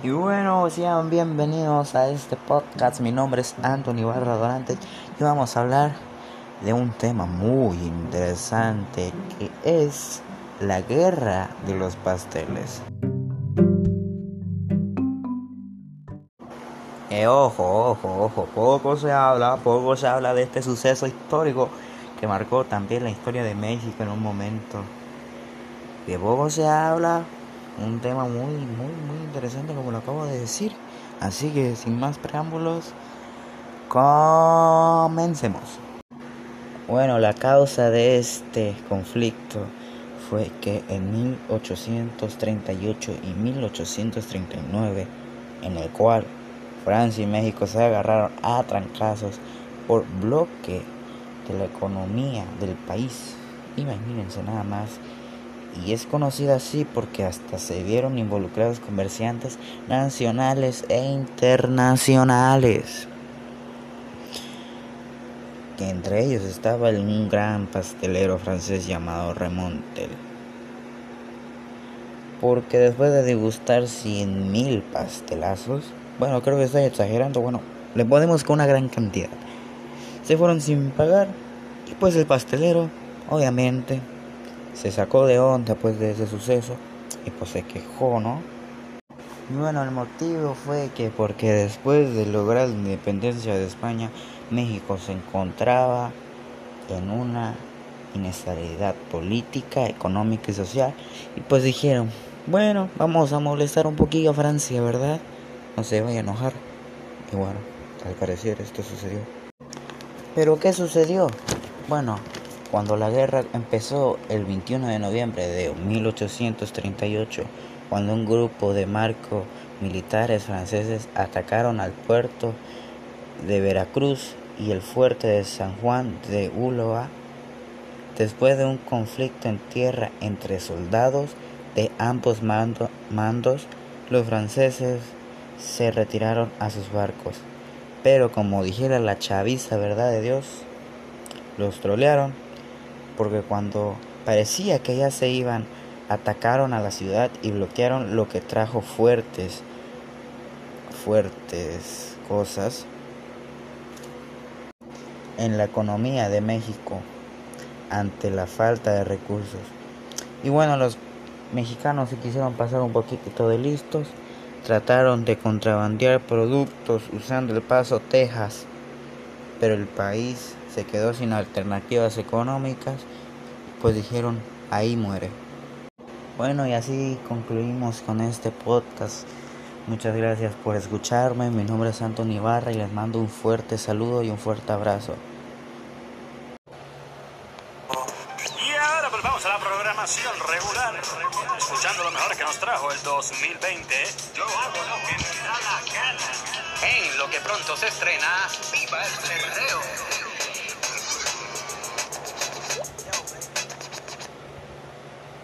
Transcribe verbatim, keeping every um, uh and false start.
Y bueno, sean bienvenidos a este podcast. Mi nombre es Anthony Barra Dorantes y vamos a hablar de un tema muy interesante que es la guerra de los pasteles. Eh, ojo, ojo, ojo, poco se habla, poco se habla de este suceso histórico que marcó también la historia de México en un momento. De poco se habla, un tema muy, muy, muy interesante como lo acabo de decir. Así que sin más preámbulos, comencemos. Bueno, la causa de este conflicto fue que en mil ochocientos treinta y ocho y mil ochocientos treinta y nueve, en el cual Francia y México se agarraron a trancazos por bloque de la economía del país. Imagínense nada más. Y es conocida así porque hasta se vieron involucrados comerciantes nacionales e internacionales, que entre ellos estaba un gran pastelero francés llamado Remontel, porque después de degustar cien mil pastelazos, bueno, creo que estoy exagerando, bueno, le ponemos con una gran cantidad, se fueron sin pagar. Y pues el pastelero, obviamente, se sacó de onda pues de ese suceso y pues se quejó, ¿no? Y bueno, el motivo fue que porque después de lograr la independencia de España, México se encontraba en una inestabilidad política, económica y social. Y pues dijeron, bueno, vamos a molestar un poquillo a Francia, ¿verdad? No se vaya a enojar. Y bueno, al parecer esto sucedió. ¿Pero qué sucedió? Bueno, cuando la guerra empezó el veintiuno de noviembre de mil ochocientos treinta y ocho, cuando un grupo de narco militares franceses atacaron al puerto de Veracruz y el fuerte de San Juan de Ulloa, después de un conflicto en tierra entre soldados de ambos mando, mandos, los franceses se retiraron a sus barcos. Pero como dijera la chaviza, verdad de Dios, los trolearon, porque cuando parecía que ya se iban, atacaron a la ciudad y bloquearon lo que trajo fuertes, fuertes cosas en la economía de México ante la falta de recursos. Y bueno, los mexicanos se quisieron pasar un poquito de listos, trataron de contrabandear productos usando el Paso, Texas, pero el país se quedó sin alternativas económicas, pues dijeron, ahí muere. Bueno, y así concluimos con este podcast. Muchas gracias por escucharme. Mi nombre es Anthony Barra y les mando un fuerte saludo y un fuerte abrazo. Y ahora volvamos a la programación regular, escuchando lo mejor que nos trajo el dos mil veinte. Yo hago lo que me da la gana. En lo que pronto se estrena, ¡Viva el Perreo!